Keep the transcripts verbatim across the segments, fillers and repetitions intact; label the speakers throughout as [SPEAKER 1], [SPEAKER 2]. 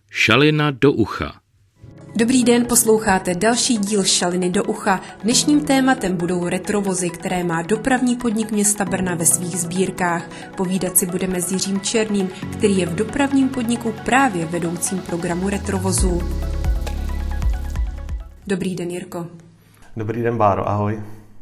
[SPEAKER 1] Šalina do ucha.
[SPEAKER 2] Dobrý den, posloucháte další díl Šaliny do ucha. Dnešním tématem budou retrovozy, které má dopravní podnik města Brna ve svých sbírkách. Povídat si budeme s Jiřím Černým, který je v dopravním podniku právě vedoucím programu retrovozů. Dobrý den, Jirko.
[SPEAKER 3] Dobrý den, Báro, ahoj.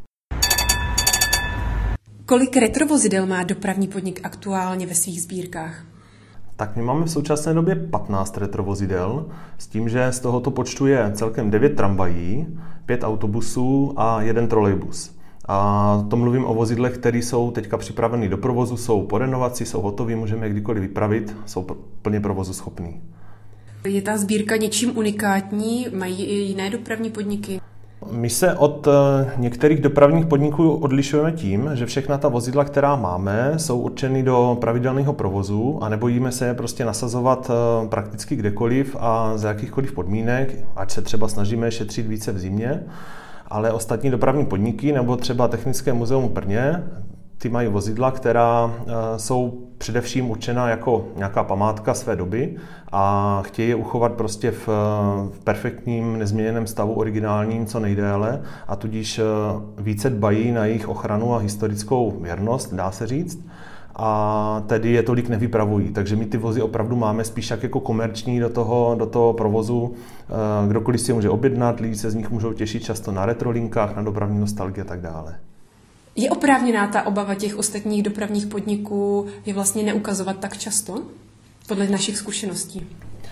[SPEAKER 2] Kolik retrovozidel má dopravní podnik aktuálně ve svých sbírkách?
[SPEAKER 3] Tak my máme v současné době patnáct retrovozidel, s tím, že z tohoto počtu je celkem devět tramvají, pět autobusů a jeden trolejbus. A to mluvím o vozidlech, které jsou teďka připraveny do provozu, jsou po renovaci, jsou hotový, můžeme je kdykoliv vypravit, jsou plně provozu schopný.
[SPEAKER 2] Je ta sbírka něčím unikátní? Mají i jiné dopravní podniky?
[SPEAKER 3] My se od některých dopravních podniků odlišujeme tím, že všechna ta vozidla, která máme, jsou určeny do pravidelného provozu a nebojíme se je prostě nasazovat prakticky kdekoliv a za jakýchkoliv podmínek, ať se třeba snažíme šetřit více v zimě, ale ostatní dopravní podniky nebo třeba Technické muzeum v Brně, ty mají vozidla, která jsou především určena jako nějaká památka své doby a chtějí je uchovat prostě v, v perfektním, nezměněném stavu, originálním, co nejdéle a tudíž více dbají na jejich ochranu a historickou věrnost, dá se říct. A tedy je tolik nevypravují. Takže my ty vozy opravdu máme spíš jako komerční do toho, do toho provozu. Kdokoliv si je může objednat, lidi se z nich můžou těšit často na retrolinkách, na dopravní nostalgii a tak dále.
[SPEAKER 2] Je oprávněná ta obava těch ostatních dopravních podniků je vlastně neukazovat tak často? Podle našich zkušeností.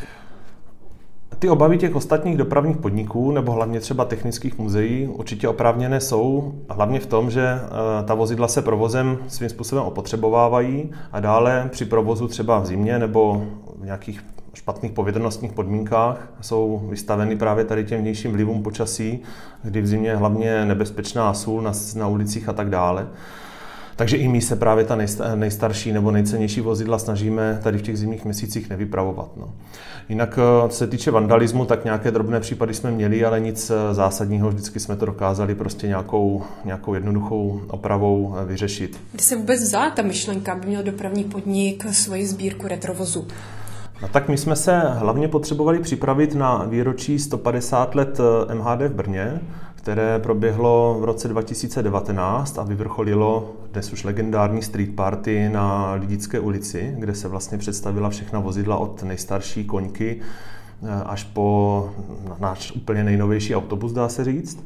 [SPEAKER 3] Ty obavy těch ostatních dopravních podniků nebo hlavně třeba technických muzeí určitě oprávněné jsou, hlavně v tom, že ta vozidla se provozem svým způsobem opotřebovávají a dále při provozu třeba v zimě nebo v nějakých špatných povětrnostních podmínkách jsou vystaveny právě tady těm vnějším vlivům počasí, kdy v zimě je hlavně nebezpečná sůl na, na ulicích a tak dále. Takže i my se právě ta nejstarší nebo nejcennější vozidla snažíme tady v těch zimních měsících nevypravovat. No. Jinak, co se týče vandalismu, tak nějaké drobné případy jsme měli, ale nic zásadního, vždycky jsme to dokázali prostě nějakou, nějakou jednoduchou opravou vyřešit.
[SPEAKER 2] Kdy se vůbec vzala ta myšlenka, aby měl dopravní podnik svoji sbírku retrovozu?
[SPEAKER 3] No tak my jsme se hlavně potřebovali připravit na výročí sto padesát let M H D v Brně, které proběhlo v roce dva tisíce devatenáct a vyvrcholilo dnes už legendární street party na Lidické ulici, kde se vlastně představila všechna vozidla od nejstarší koňky až po náš úplně nejnovější autobus, dá se říct.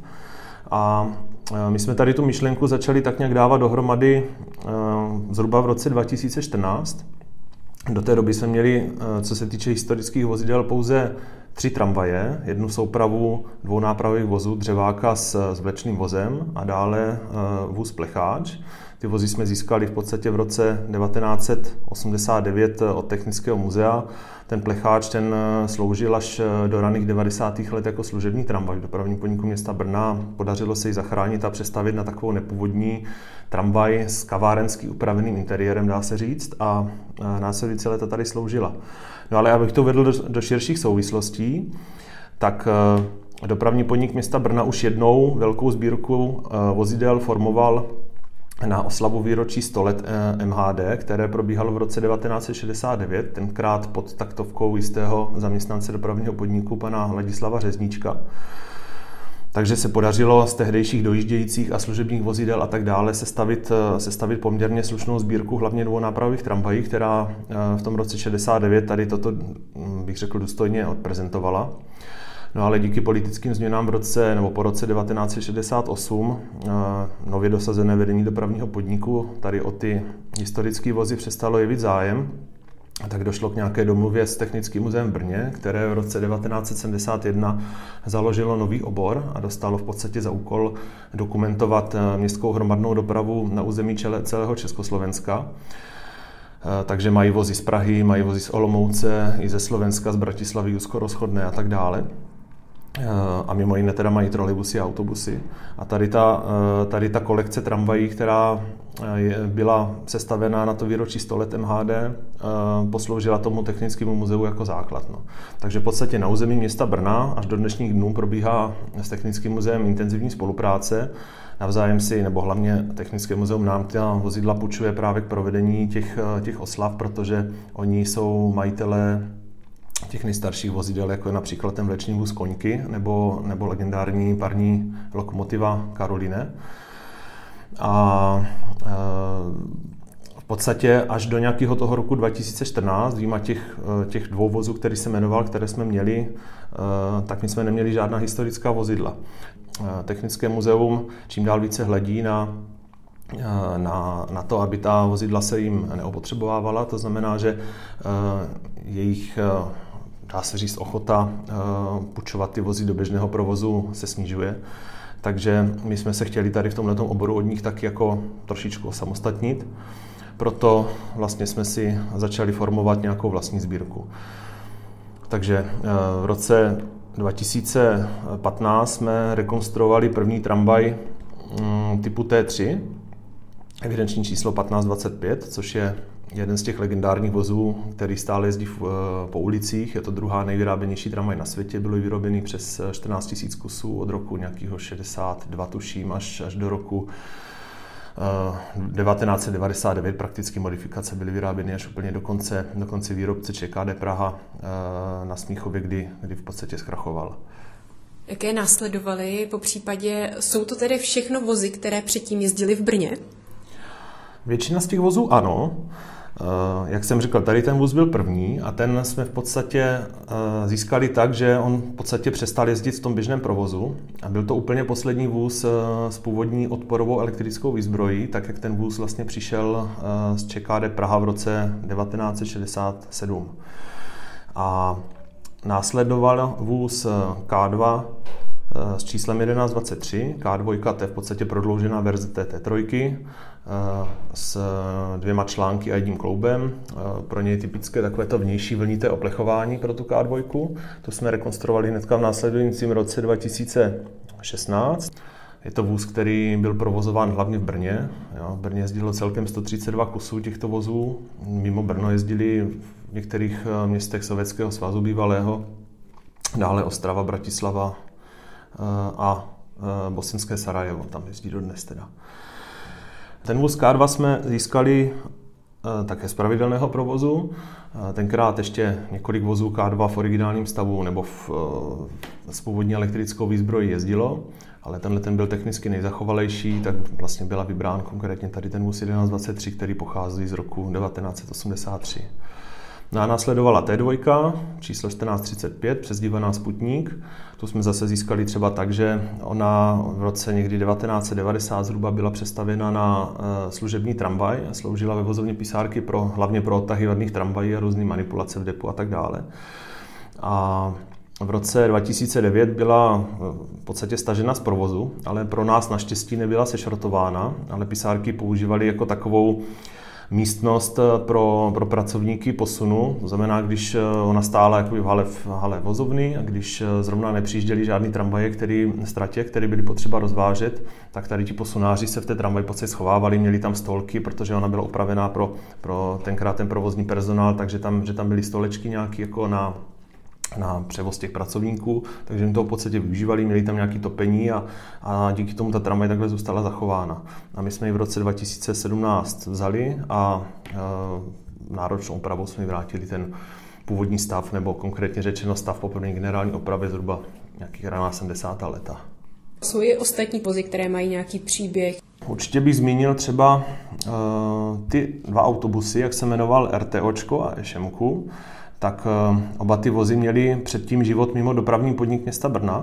[SPEAKER 3] A my jsme tady tu myšlenku začali tak nějak dávat dohromady zhruba v roce dva tisíce čtrnáct. Do té doby jsme měli, co se týče historických vozidel, pouze tři tramvaje, jednu soupravu dvounápravových vozů, dřeváka s, s vlečným vozem a dále vůz plecháč. Ty vozy jsme získali v podstatě v roce devatenáct set osmdesát devět od Technického muzea. Ten plecháč ten sloužil až do raných devadesátých let jako služební tramvaj v dopravním podniku města Brna. Podařilo se ji zachránit a přestavět na takovou nepůvodní tramvaj s kavárenský upraveným interiérem, dá se říct, a následující léta tady sloužila. No ale abych to vedl do, do širších souvislostí, tak dopravní podnik města Brna už jednou velkou sbírku vozidel formoval na oslavu výročí sto let M H D, které probíhalo v roce devatenáct set šedesát devět, tenkrát pod taktovkou jistého zaměstnance dopravního podniku pana Ladislava Řezníčka. Takže se podařilo z tehdejších dojíždějících a služebních vozidel a tak dále sestavit, sestavit poměrně slušnou sbírku hlavně dvounápravových tramvají, která v tom roce šedesát devět tady toto, bych řekl, důstojně odprezentovala. No ale díky politickým změnám v roce nebo po roce devatenáct set šedesát osm nově dosazené vedení dopravního podniku tady o ty historické vozy přestalo jevit zájem. A tak došlo k nějaké domluvě s Technickým muzeem v Brně, které v roce devatenáct set sedmdesát jedna založilo nový obor a dostalo v podstatě za úkol dokumentovat městskou hromadnou dopravu na území celého Československa. Takže mají vozy z Prahy, mají vozy z Olomouce, i ze Slovenska, z Bratislavy, úzkorozchodné a tak dále. A mimo jiné teda mají trolejbusy a autobusy. A tady ta, tady ta kolekce tramvají, která byla sestavená na to výročí sto let M H D, posloužila tomu Technickému muzeu jako základ. No. Takže v podstatě na území města Brna až do dnešních dnů probíhá s Technickým muzeem intenzivní spolupráce. Navzájem si, nebo hlavně Technické muzeum nám ta vozidla půjčuje právě k provedení těch, těch oslav, protože oni jsou majitelé těch nejstarších vozidel, jako je například ten vlečný vůz Koňky nebo, nebo legendární parní lokomotiva Karoline. A e, v podstatě až do nějakého toho roku dva tisíce čtrnáct, výjima těch, těch dvou vozů, který se jmenoval, které jsme měli, tak my jsme neměli žádná historická vozidla. Technické muzeum čím dál více hledí na, na, na to, aby ta vozidla se jim neopotřebovávala. To znamená, že jejich, dá se říct, ochota půjčovat ty vozy do běžného provozu se snižuje. Takže my jsme se chtěli tady v tomto oboru od nich taky jako trošičku osamostatnit. Proto vlastně jsme si začali formovat nějakou vlastní sbírku. Takže v roce dva tisíce patnáct jsme rekonstruovali první tramvaj typu T tři, evidenční číslo patnáct dvacet pět, což je jeden z těch legendárních vozů, který stále jezdí po ulicích. Je to druhá nejvyráběnější tramvaj na světě, bylo vyrobený přes čtrnáct tisíc kusů od roku nějakého šedesát dva, tuším, až, až do roku devatenáct set devadesát devět. Prakticky modifikace byly vyráběny až úplně do konce, do konce výrobce ČKD Praha na Smíchově, kdy, kdy v podstatě zkrachoval.
[SPEAKER 2] Jaké následovaly? Po případě jsou to tedy všechno vozy, které předtím jezdily v Brně?
[SPEAKER 3] Většina z těch vozů ano. Jak jsem říkal, tady ten vůz byl první a ten jsme v podstatě získali tak, že on v podstatě přestal jezdit v tom běžném provozu a byl to úplně poslední vůz s původní odporovou elektrickou výzbrojí, tak jak ten vůz vlastně přišel z ČKD Praha v roce devatenáct set šedesát sedm. A následoval vůz K dva s číslem jedenáct dvacet tři. K dva, to je v podstatě prodloužená verze té T tři s dvěma články a jedním kloubem. Pro něj je typické takovéto vnější vlnité oplechování pro tu K dva. To jsme rekonstruovali hnedka v následujícím roce dva tisíce šestnáct. Je to vůz, který byl provozován hlavně v Brně. Jo, v Brně jezdilo celkem sto třicet dva kusů těchto vozů. Mimo Brno jezdili v některých městech Sovětského svazu bývalého, dále Ostrava, Bratislava a bosenské Sarajevo. Tam jezdí dodnes teda. Ten vůz K dva jsme získali také z pravidelného provozu. Tenkrát ještě několik vozů K dva v originálním stavu nebo v, s původní elektrickou výzbrojí jezdilo, ale tenhle ten byl technicky nejzachovalejší, tak vlastně byla vybrán konkrétně tady ten vůz jedenáct dvacet tři, který pochází z roku devatenáct set osmdesát tři. No a následovala T dva, číslo čtrnáct třicet pět, přezdívaná Sputník. Tu jsme zase získali třeba tak, že ona v roce někdy devatenáct set devadesát zhruba byla přestavěna na služební tramvaj a sloužila ve vozovně pisárky pro, hlavně pro odtahy vadných tramvají a různé manipulace v depu a tak dále. A v roce dva tisíce devět byla v podstatě stažena z provozu, ale pro nás naštěstí nebyla sešrotována, ale pisárky používali jako takovou místnost pro, pro pracovníky posunu. To znamená, když ona stála jakoby v hale, v hale vozovny a když zrovna nepřijížděli žádný tramvaje, který ztratě, které byly potřeba rozvážet, tak tady ti posunáři se v té tramvaji v podstatě schovávali, měli tam stolky, protože ona byla upravená pro, pro tenkrát ten provozní personál, takže tam, že tam byly stolečky nějaký jako na na převoz těch pracovníků, takže jim to v podstatě využívali, měli tam nějaké topení a, a díky tomu ta tramvaj takhle zůstala zachována. A my jsme ji v roce dva tisíce sedmnáct vzali a e, náročnou opravou jsme ji vrátili ten původní stav, nebo konkrétně řečeno stav po první generální opravě zhruba nějakých raná sedmdesátá leta.
[SPEAKER 2] Jsou i ostatní vozy, které mají nějaký příběh?
[SPEAKER 3] Určitě bych zmínil třeba e, ty dva autobusy, jak se jmenoval RTOčko a Ešemku. Tak oba ty vozy měly předtím život mimo dopravní podnik města Brna.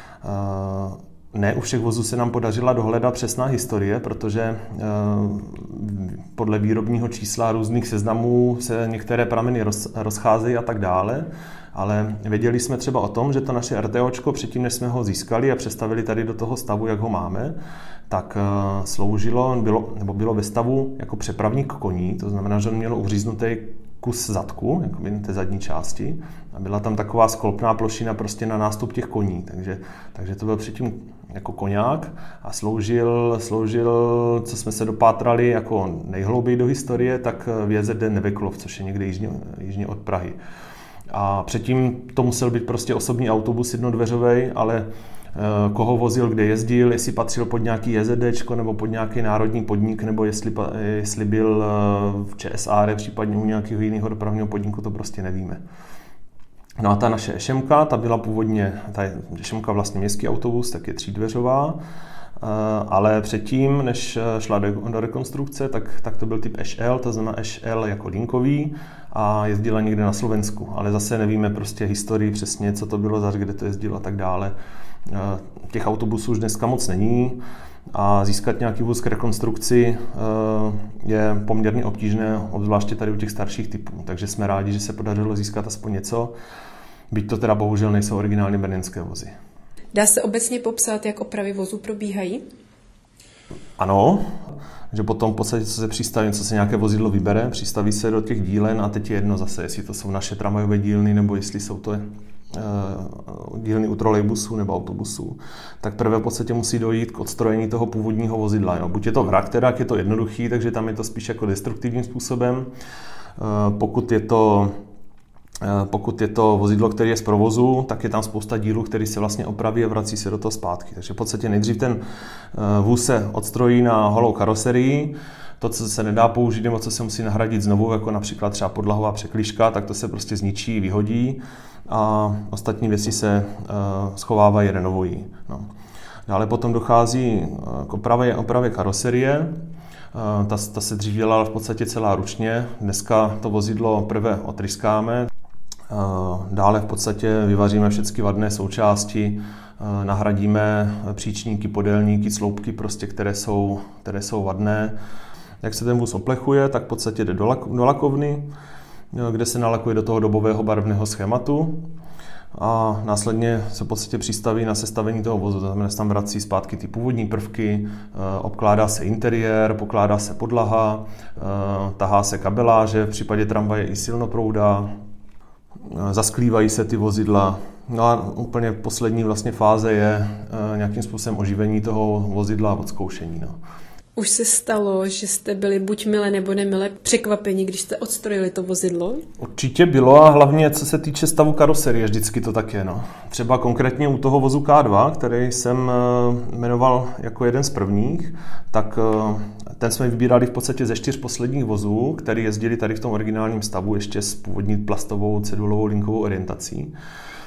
[SPEAKER 3] Ne u všech vozů se nám podařila dohledat přesná historie, protože podle výrobního čísla různých seznamů se některé prameny rozcházejí a tak dále. Ale věděli jsme třeba o tom, že to naše RTOčko předtím, než jsme ho získali a přestavili tady do toho stavu, jak ho máme, tak sloužilo, bylo, nebo bylo ve stavu jako přepravník koní, to znamená, že on mělo uříznutý kus zadku, jako té zadní části, a byla tam taková sklopná plošina prostě na nástup těch koní, takže, takže to byl předtím jako koňák a sloužil, sloužil, co jsme se dopátrali jako nejhlouběji do historie, tak v J Z D Neveklov, což je někde jižně, jižně od Prahy. A předtím to musel být prostě osobní autobus jednodveřovej, ale koho vozil, kde jezdil, jestli patřil pod nějaký JZDčko nebo pod nějaký národní podnik, nebo jestli, jestli byl v ČSR, případně u nějakého jiného dopravního podniku, to prostě nevíme. No a ta naše Ešemka, ta byla původně, ta Ešemka vlastně městský autobus, tak je třídveřová, ale předtím, než šla do rekonstrukce, tak, tak to byl typ Eš El, to znamená Eš El jako linkový a jezdila někde na Slovensku, ale zase nevíme prostě historii přesně, co to bylo zař, kde to jezdilo a tak dále. Těch autobusů už dneska moc není a získat nějaký vůz k rekonstrukci je poměrně obtížné, obzvláště tady u těch starších typů, takže jsme rádi, že se podařilo získat aspoň něco, byť to teda bohužel nejsou originální brněnské vozy.
[SPEAKER 2] Dá se obecně popsat, jak opravy vozů probíhají?
[SPEAKER 3] Ano, že potom v podstatě, co se přistaví, co se nějaké vozidlo vybere, přistaví se do těch dílen a teď je jedno zase, jestli to jsou naše tramvajové dílny, nebo jestli jsou to dílny u trolejbusů nebo autobusů, tak prvé v podstatě musí dojít k odstrojení toho původního vozidla. Jo. Buď je to vrak, teda je to jednoduchý, takže tam je to spíš jako destruktivním způsobem. Pokud je to Pokud je to vozidlo, které je z provozu, tak je tam spousta dílů, který se vlastně opraví a vrací se do toho zpátky. Takže v podstatě nejdřív ten vůz se odstrojí na holou karoserii. To, co se nedá použít, nebo co se musí nahradit znovu, jako například třeba podlahová překlíška, tak to se prostě zničí, vyhodí a ostatní věci se schovávají, renovují. No. Dále potom dochází k opravě, opravě karoserie. Ta, ta se dřív dělala v podstatě celá ručně. Dneska to vozidlo prvé otryskáme. Dále v podstatě vyvaříme všechny vadné součásti, nahradíme příčníky, podélníky, sloupky, prostě, které jsou, které jsou vadné. Jak se ten vůz oplechuje, tak v podstatě jde do, lak, do lakovny, kde se nalakuje do toho dobového barevného schématu a následně se v podstatě přistaví na sestavení toho vozu. To znamená, že tam vrací zpátky ty původní prvky, obkládá se interiér, pokládá se podlaha, tahá se kabeláže, v případě tramvaje i silnoprouda, zasklívají se ty vozidla. No a úplně poslední vlastně fáze je nějakým způsobem oživení toho vozidla a odzkoušení. No.
[SPEAKER 2] Už se stalo, že jste byli buď mile nebo nemile překvapeni, když jste odstrojili to vozidlo?
[SPEAKER 3] Určitě bylo a hlavně co se týče stavu karoserie, vždycky to tak je. No. Třeba konkrétně u toho vozu K dva, který jsem jmenoval jako jeden z prvních, tak ten jsme vybírali v podstatě ze čtyř posledních vozů, které jezdili tady v tom originálním stavu ještě s původní plastovou cedulovou linkovou orientací.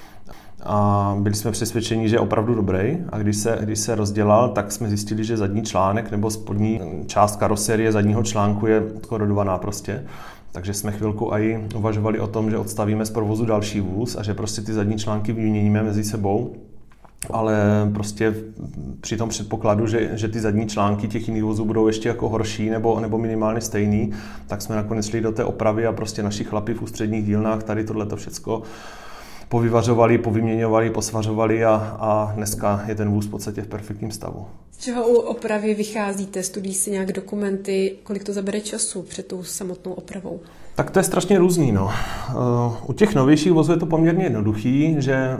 [SPEAKER 3] A byli jsme přesvědčeni, že je opravdu dobrý. A když se, když se rozdělal, tak jsme zjistili, že zadní článek nebo spodní část karoserie zadního článku je korodovaná prostě. Takže jsme chvilku aj uvažovali o tom, že odstavíme z provozu další vůz a že prostě ty zadní články vyměníme mezi sebou. Ale prostě při tom předpokladu, že, že ty zadní články těch jiných vozů budou ještě jako horší nebo, nebo minimálně stejný, tak jsme nakonec šli do té opravy a prostě naši chlapi v ústředních dílnách tady tohleto všecko povyvařovali, povyměňovali, posvařovali a, a dneska je ten vůz v podstatě v perfektním stavu.
[SPEAKER 2] Z čeho u opravy vycházíte? Studují si nějak dokumenty? Kolik to zabere času před tou samotnou opravou?
[SPEAKER 3] Tak to je strašně různý. No. U těch novějších vozů je to poměrně jednoduchý, že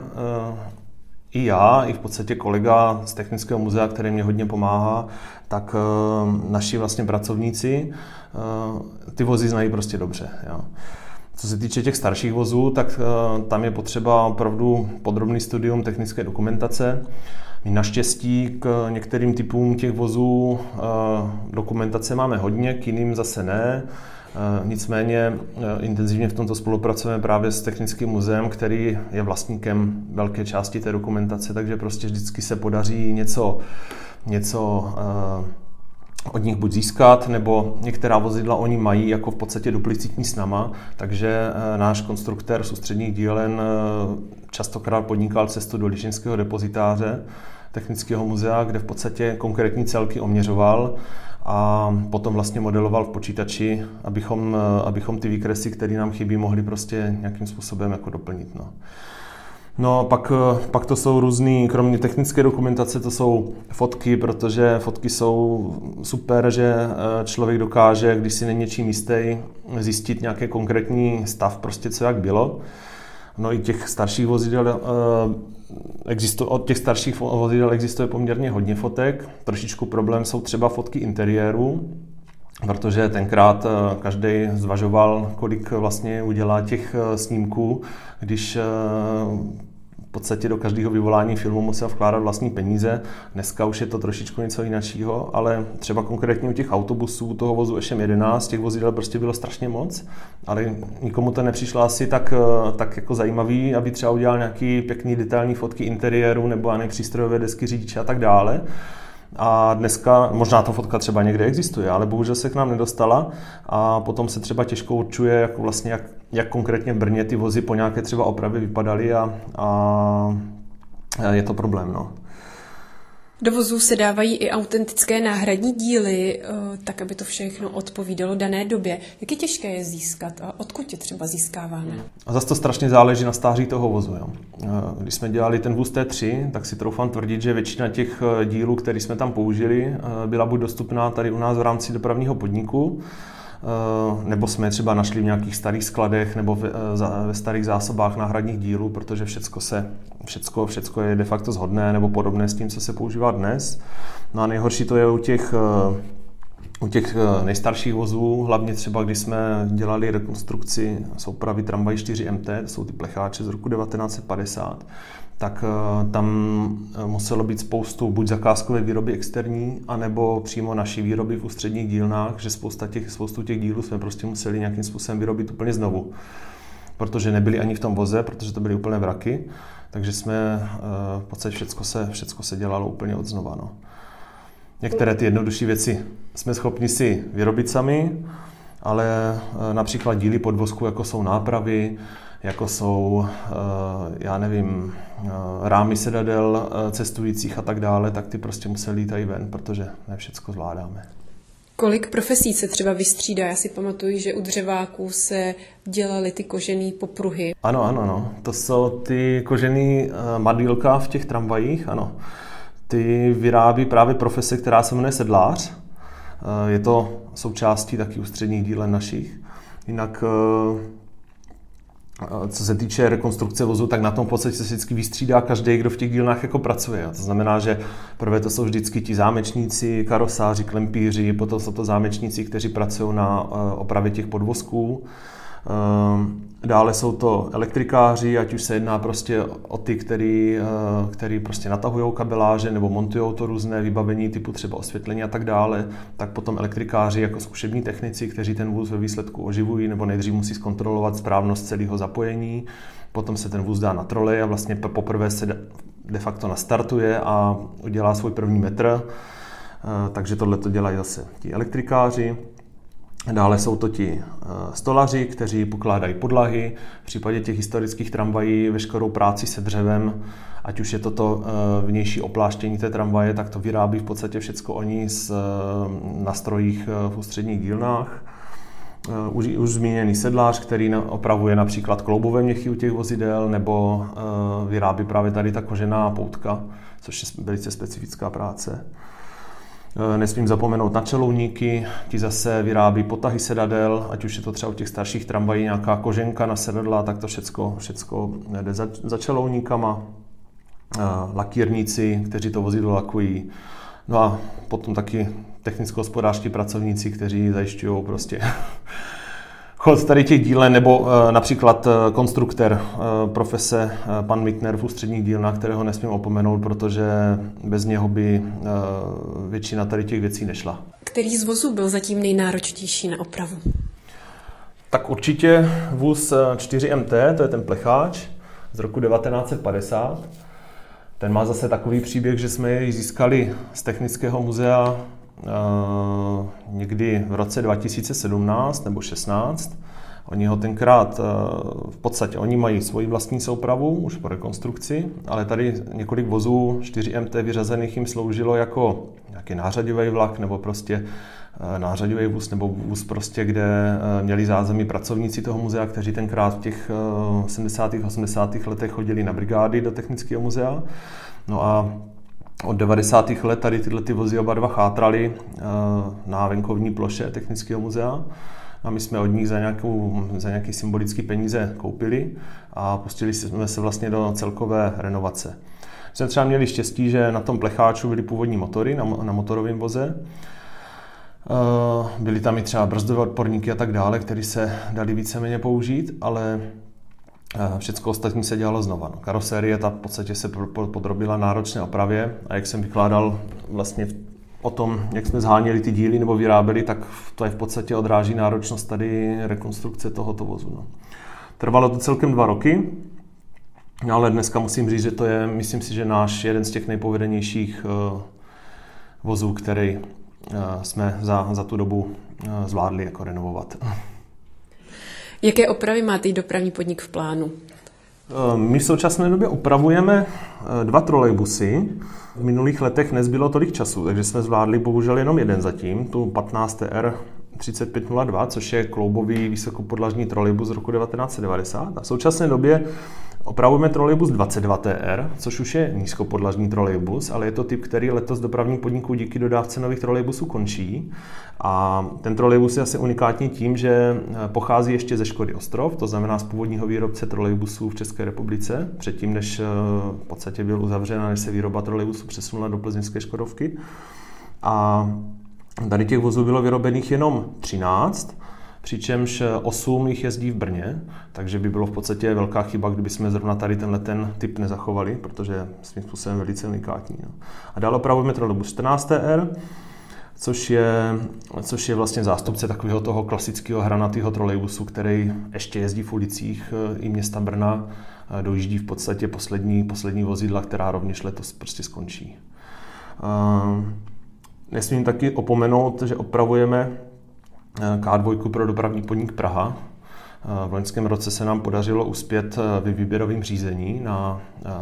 [SPEAKER 3] i já, i v podstatě kolega z Technického muzea, který mě hodně pomáhá, tak naši vlastně pracovníci ty vozy znají prostě dobře. Jo. Co se týče těch starších vozů, tak uh, tam je potřeba opravdu podrobný studium technické dokumentace. My naštěstí k některým typům těch vozů uh, dokumentace máme hodně, k jiným zase ne. Uh, nicméně uh, intenzivně v tomto spolupracujeme právě s Technickým muzeem, který je vlastníkem velké části té dokumentace, takže prostě vždycky se podaří něco, něco uh, od nich buď získat, nebo některá vozidla oni mají jako v podstatě duplicitní s náma, takže náš konstruktér z ústředních dílen častokrát podnikal cestu do Lišinského depozitáře Technického muzea, kde v podstatě konkrétní celky oměřoval a potom vlastně modeloval v počítači, abychom, abychom ty výkresy, které nám chybí, mohli prostě nějakým způsobem jako doplnit. No. No, pak, pak to jsou různý, kromě technické dokumentace, to jsou fotky, protože fotky jsou super, že člověk dokáže, když si není něčím jistý, zjistit nějaký konkrétní stav, prostě co jak bylo. No i těch starších vozidel, existuje, od těch starších vozidel existuje poměrně hodně fotek. Trošičku problém jsou třeba fotky interiéru, protože tenkrát každý zvažoval, kolik vlastně udělá těch snímků, když v podstatě do každého vyvolání filmu musel vkládat vlastní peníze. Dneska už je to trošičku něco jiného, ale třeba konkrétně u těch autobusů, toho vozu S M jedenáct, těch vozidel prostě bylo strašně moc, ale nikomu to nepřišlo asi tak, tak jako zajímavý, aby třeba udělal nějaký pěkný detailní fotky interiéru nebo ani přístrojové desky řidiče a tak dále. A dneska, možná ta fotka třeba někde existuje, ale bohužel se k nám nedostala a potom se třeba těžko určuje, jako vlastně, jak, jak konkrétně v Brně ty vozy po nějaké třeba opravě vypadaly a, a je to problém. No.
[SPEAKER 2] Do vozů se dávají i autentické náhradní díly, tak aby to všechno odpovídalo dané době. Jak je těžké je získat a odkud je třeba získáváme?
[SPEAKER 3] A zase to strašně záleží na stáří toho vozu. Jo. Když jsme dělali ten vůz T tři, tak si troufám tvrdit, že většina těch dílů, které jsme tam použili, byla buď dostupná tady u nás v rámci dopravního podniku, nebo jsme je třeba našli v nějakých starých skladech nebo ve, ve starých zásobách náhradních dílů, protože všecko, se, všecko, všecko je de facto shodné nebo podobné s tím, co se používá dnes. No a nejhorší to je u těch, u těch nejstarších vozů, hlavně třeba když jsme dělali rekonstrukci soupravy tramvají čtyři M T, to jsou ty plecháče z roku devatenáct set padesát, tak tam muselo být spoustu buď zakázkové výroby externí, anebo přímo naší výroby v ústředních dílnách, že spousta těch, spoustu těch dílů jsme prostě museli nějakým způsobem vyrobit úplně znovu. Protože nebyly ani v tom voze, protože to byly úplné vraky, takže jsme v podstatě všecko se, všecko se dělalo úplně od znova. No. Některé ty jednodušší věci jsme schopni si vyrobit sami, ale například díly podvozku, jako jsou nápravy, jako jsou, já nevím, rámy sedadel cestujících a tak dále, tak ty prostě museli jít tady ven, protože ne všecko zvládáme.
[SPEAKER 2] Kolik profesí se třeba vystřídá? Já si pamatuju, že u dřeváků se dělaly ty kožený popruhy.
[SPEAKER 3] Ano, ano, ano. To jsou ty kožený madýlka v těch tramvajích, ano. Ty vyrábí právě profese, která se jmenuje sedlář. Je to součástí taky ústředních dílen našich. Jinak co se týče rekonstrukce vozu, tak na tom v podstatě se vždycky vystřídá každý, kdo v těch dílnách jako pracuje. To znamená, že prvé to jsou vždycky ti zámečníci, karosáři, klempíři, potom jsou to zámečníci, kteří pracují na opravě těch podvozků. Dále jsou to elektrikáři, ať už se jedná prostě o ty, který, který prostě natahují kabeláže nebo montují to různé vybavení typu třeba osvětlení a tak dále, tak potom elektrikáři jako zkušební technici, kteří ten vůz ve výsledku oživují nebo nejdřív musí zkontrolovat správnost celého zapojení, potom se ten vůz dá na trolej a vlastně poprvé se de facto nastartuje a udělá svůj první metr, takže tohle to dělají zase ti elektrikáři. Dále jsou to ti stolaři, kteří pokládají podlahy. V případě těch historických tramvají veškerou práci se dřevem, ať už je to to vnější opláštění té tramvaje, tak to vyrábí v podstatě všecko oni na strojích v ústředních dílnách. Už, už zmíněný sedlář, který opravuje například kloubové měchy u těch vozidel, nebo vyrábí právě tady ta kožená poutka, což je velice specifická práce. Nesmím zapomenout na čelouníky, ti zase vyrábí potahy sedadel, ať už je to třeba u těch starších tramvají nějaká koženka na sedadla, tak to všecko, všecko jde za, za čelouníkama. Lakírníci, kteří to vozidlo lakují. No a potom taky technicko-hospodářští pracovníci, kteří zajišťují prostě chod tady těch dílen, nebo e, například e, konstruktor e, profese e, pan Mittner v ústředních dílnách, kterého nesmím opomenout, protože bez něho by e, většina tady těch věcí nešla.
[SPEAKER 2] Který z vozů byl zatím nejnáročnější na opravu?
[SPEAKER 3] Tak určitě vůz čtyři M T, to je ten plecháč z roku devatenáct set padesát. Ten má zase takový příběh, že jsme jej získali z Technického muzea Uh, někdy v roce dva tisíce sedmnáct nebo šestnáct. Oni ho tenkrát, uh, v podstatě, oni mají svoji vlastní soupravu, už po rekonstrukci, ale tady několik vozů čtyři M T vyřazených jim sloužilo jako nějaký nářadivý vlak, nebo prostě uh, nářadivý vůz, nebo vůz prostě, kde uh, měli zázemí pracovníci toho muzea, kteří tenkrát v těch uh, sedmdesátých osmdesátých letech chodili na brigády do Technického muzea. No a od devadesátých let tady tyhle ty vozy oba dva chátraly na venkovní ploše Technického muzea a my jsme od nich za, nějakou, za nějaký symbolický peníze koupili a pustili jsme se vlastně do celkové renovace. My jsme třeba měli štěstí, že na tom plecháču byly původní motory na, na motorovém voze. Byly tam i třeba brzdové odporníky a tak dále, které se dali víceméně použít, ale Všechno ostatní se dělalo znova. No, karosérie ta v podstatě se podrobila náročné opravě a jak jsem vykládal vlastně o tom, jak jsme zháněli ty díly nebo vyráběli, tak to je v podstatě odráží náročnost tady rekonstrukce tohoto vozu. No. Trvalo to celkem dva roky, ale dneska musím říct, že to je, myslím si, že náš jeden z těch nejpovedenějších uh, vozů, který uh, jsme za, za tu dobu uh, zvládli jako renovovat.
[SPEAKER 2] Jaké opravy má teď dopravní podnik v plánu?
[SPEAKER 3] My v současné době opravujeme dva trolejbusy. V minulých letech nezbylo tolik času, takže jsme zvládli bohužel jenom jeden zatím, tu patnáct T R třicet pět nula dva, což je kloubový vysokopodlažní trolejbus z roku devatenáct set devadesát. A v současné době opravujeme trolejbus dvacet dva T R, což už je nízkopodlažní trolejbus, ale je to typ, který letos dopravní podniku díky dodávce nových trolejbusů končí. A ten trolejbus je asi unikátní tím, že pochází ještě ze Škody Ostrov, to znamená z původního výrobce trolejbusů v České republice, předtím, než v podstatě byl uzavřen a než se výroba trolejbusů přesunula do plzeňské Škodovky. A tady těch vozů bylo vyrobených jenom třináct, přičemž osm jich jezdí v Brně, takže by bylo v podstatě velká chyba, kdyby jsme zrovna tady tenhle ten typ nezachovali, protože je svým způsobem velice unikátní. No. A dále opravujeme trolejbus čtrnáct T R, což je, což je vlastně zástupce takového toho klasického hranatého trolejbusu, který ještě jezdí v ulicích i města Brna, dojíždí v podstatě poslední, poslední vozidla, která rovněž letos prostě skončí. Nesmím taky opomenout, že opravujeme K dva pro dopravní podnik Praha. V loňském roce se nám podařilo uspět ve výběrovém řízení, na,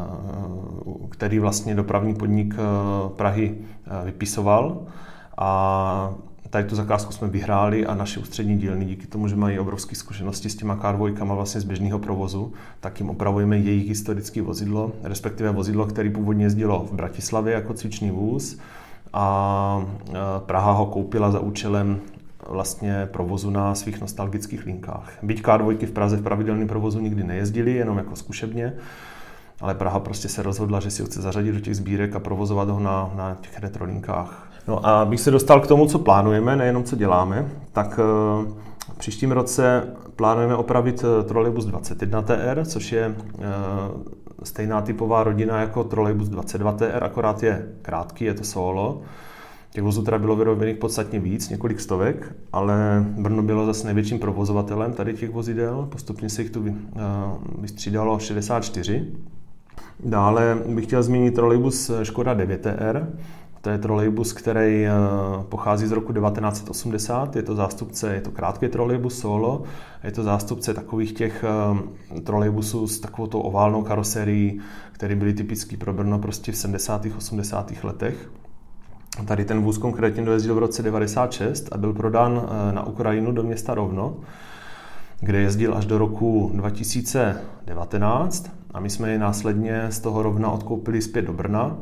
[SPEAKER 3] který vlastně dopravní podnik Prahy vypisoval. A tady tu zakázku jsme vyhráli a naše ústřední dílny, díky tomu, že mají obrovské zkušenosti s těma K dva vlastně z běžného provozu, tak jim opravujeme jejich historické vozidlo, respektive vozidlo, které původně jezdilo v Bratislavě jako cvičný vůz a Praha ho koupila za účelem vlastně provozu na svých nostalgických linkách. Byť K dva v Praze v pravidelném provozu nikdy nejezdili, jenom jako zkušebně, ale Praha prostě se rozhodla, že si ho chce zařadit do těch sbírek a provozovat ho na, na těch retrolinkách. No a abych se dostal k tomu, co plánujeme, nejenom co děláme, tak v příštím roce plánujeme opravit trolejbus dvacet jedna T R, což je stejná typová rodina jako trolejbus dvacet dva T R, akorát je krátký, je to solo. Těch vozů teda bylo vyrobených podstatně víc, několik stovek, ale Brno bylo zase největším provozovatelem tady těch vozidel. Postupně se jich tu vystřídalo šedesát čtyři. Dále bych chtěl zmínit trolejbus Škoda devět T R. To je trolejbus, který pochází z roku devatenáct set osmdesát. Je to zástupce, je to krátký trolejbus solo. Je to zástupce takových těch trolejbusů s takovou tou oválnou karoserií, které byly typický pro Brno prostě v sedmdesátých osmdesátých letech. Tady ten vůz konkrétně dojezdil v roce devadesát šest a byl prodán na Ukrajinu do města Rovno, kde jezdil až do roku dva tisíce devatenáct a my jsme ji následně z toho Rovna odkoupili zpět do Brna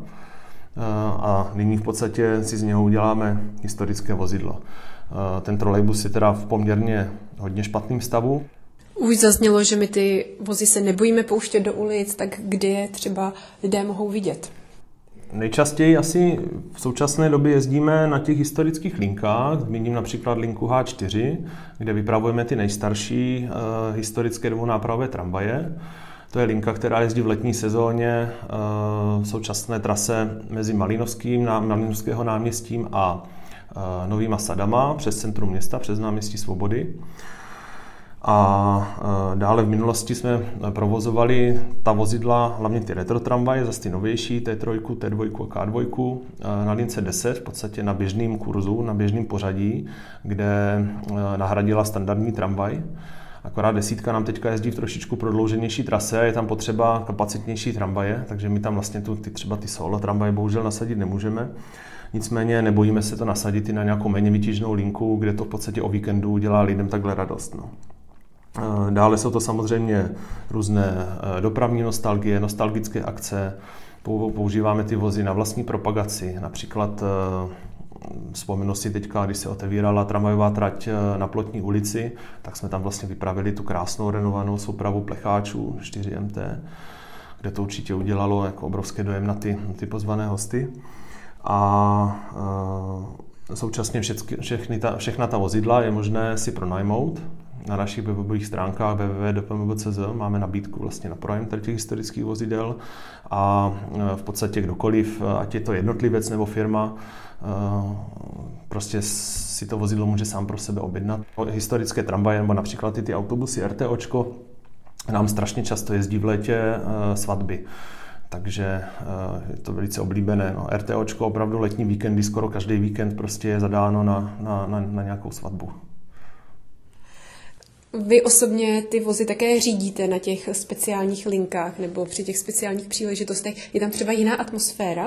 [SPEAKER 3] a nyní v podstatě si z něho uděláme historické vozidlo. Ten trolejbus je teda v poměrně hodně špatném stavu.
[SPEAKER 2] Už zaznělo, že my ty vozy se nebojíme pouštět do ulic, tak kde je třeba lidé mohou vidět?
[SPEAKER 3] Nejčastěji asi v současné době jezdíme na těch historických linkách, zmíním například linku H čtyři, kde vypravujeme ty nejstarší uh, historické dvounápravové tramvaje. To je linka, která jezdí v letní sezóně uh, v současné trase mezi Malinovským, Malinovského náměstím a uh, Novýma Sadama přes centrum města, přes náměstí Svobody. A dále v minulosti jsme provozovali ta vozidla, hlavně ty retro tramvaje, zase ty novější, T tři, T dva a K dva, na lince deset, v podstatě na běžném kurzu, na běžném pořadí, kde nahradila standardní tramvaj. Akorát desítka nám teďka jezdí v trošičku prodlouženější trase, je tam potřeba kapacitnější tramvaje, takže my tam vlastně tu, ty, třeba ty solo tramvaje bohužel nasadit nemůžeme. Nicméně nebojíme se to nasadit i na nějakou méně vytížnou linku, kde to v podstatě o víkendu dělá lidem takhle radost. No. Dále jsou to samozřejmě různé dopravní nostalgie, nostalgické akce. Používáme ty vozy na vlastní propagaci. Například vzpomenu si teďka, když se otevírala tramvajová trať na Plotní ulici, tak jsme tam vlastně vypravili tu krásnou renovovanou soupravu plecháčů čtyři M T, kde to určitě udělalo jako obrovský dojem na ty, na ty pozvané hosty. A současně všechny, všechny ta, všechna ta vozidla je možné si pronajmout. na našich webových stránkách w w w tečka d p m b tečka c z máme nabídku vlastně na pronájem těch historických vozidel a v podstatě kdokoliv, ať je to jednotlivec nebo firma, prostě si to vozidlo může sám pro sebe objednat. Historické tramvaje nebo například i ty autobusy RTOčko nám strašně často jezdí v létě svatby. Takže je to velice oblíbené. No, RTOčko opravdu letní víkendy, skoro každý víkend prostě je zadáno na, na, na, na nějakou svatbu.
[SPEAKER 2] Vy osobně ty vozy také řídíte na těch speciálních linkách nebo při těch speciálních příležitostech. Je tam třeba jiná atmosféra?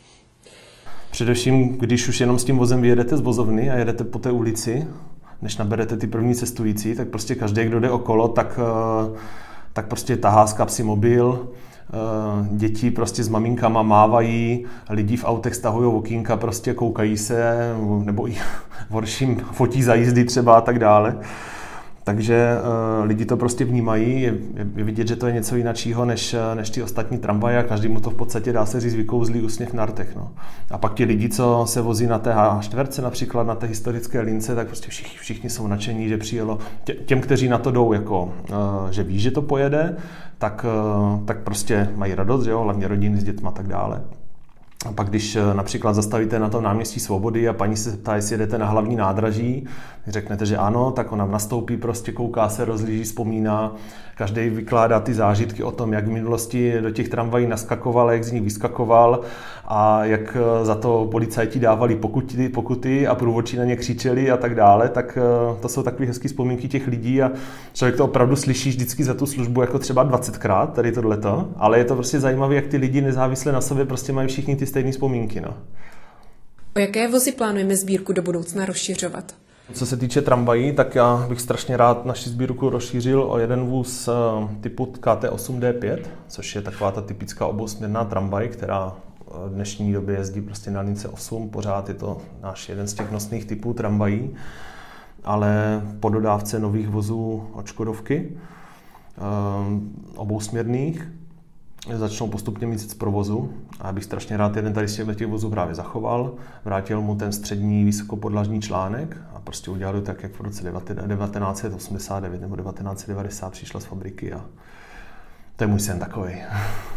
[SPEAKER 3] Především, když už jenom s tím vozem vyjedete z vozovny a jedete po té ulici, než naberete ty první cestující, tak prostě každý, kdo jde okolo, tak, tak prostě tahá z kapsy mobil. Děti prostě s maminkama mávají, lidi v autech stahují okýnka, prostě koukají se, nebo i v horším fotí za jízdy třeba a tak dále. Takže uh, lidi to prostě vnímají, je, je vidět, že to je něco jiného než, než ty ostatní tramvaje a každému to v podstatě dá se říct vykouzlý úsměv na rtech. No. A pak ti lidi, co se vozí na té há čtyři například, na té historické lince, tak prostě všichni, všichni jsou nadšení, že přijelo. Tě, těm, kteří na to jdou, jako, uh, že ví, že to pojede, tak, uh, tak prostě mají radost, že jo? Hlavně rodiny s dětma a tak dále. A pak když například zastavíte na tom náměstí Svobody a paní se ptá, jestli jedete na hlavní nádraží, řeknete, že ano, tak ona nastoupí, prostě kouká se, rozlíží, vzpomíná. Každý vykládá ty zážitky o tom, jak v minulosti do těch tramvají naskakoval, jak z nich vyskakoval a jak za to policajti dávali pokuty, pokuty a průvodčí na ně křičeli a tak dále. Tak to jsou takové hezké vzpomínky těch lidí a člověk to opravdu slyší vždycky za tu službu jako třeba dvacetkrát, tady tohleto, ale je to prostě zajímavé, jak ty lidi nezávisle na sobě prostě mají všichni ty stejné vzpomínky. No.
[SPEAKER 2] O jaké vozy plánujeme sbírku do budoucna rozšiřovat?
[SPEAKER 3] Co se týče tramvají, tak já bych strašně rád naši sbírku rozšířil o jeden vůz typu K T osm D pět, což je taková ta typická obousměrná tramvaj, která v dnešní době jezdí prostě na lince osm, pořád je to náš jeden z těch nosných typů tramvají, ale po dodávce nových vozů od Škodovky, obousměrných, začnou postupně mít z provozu a já bych strašně rád jeden tady z těch vozů právě zachoval, vrátil mu ten střední vysokopodlažní článek a prostě udělal to tak, jak v roce devatenáct set osmdesát devět nebo devatenáct set devadesát přišla z fabriky a to je můj sen takovej.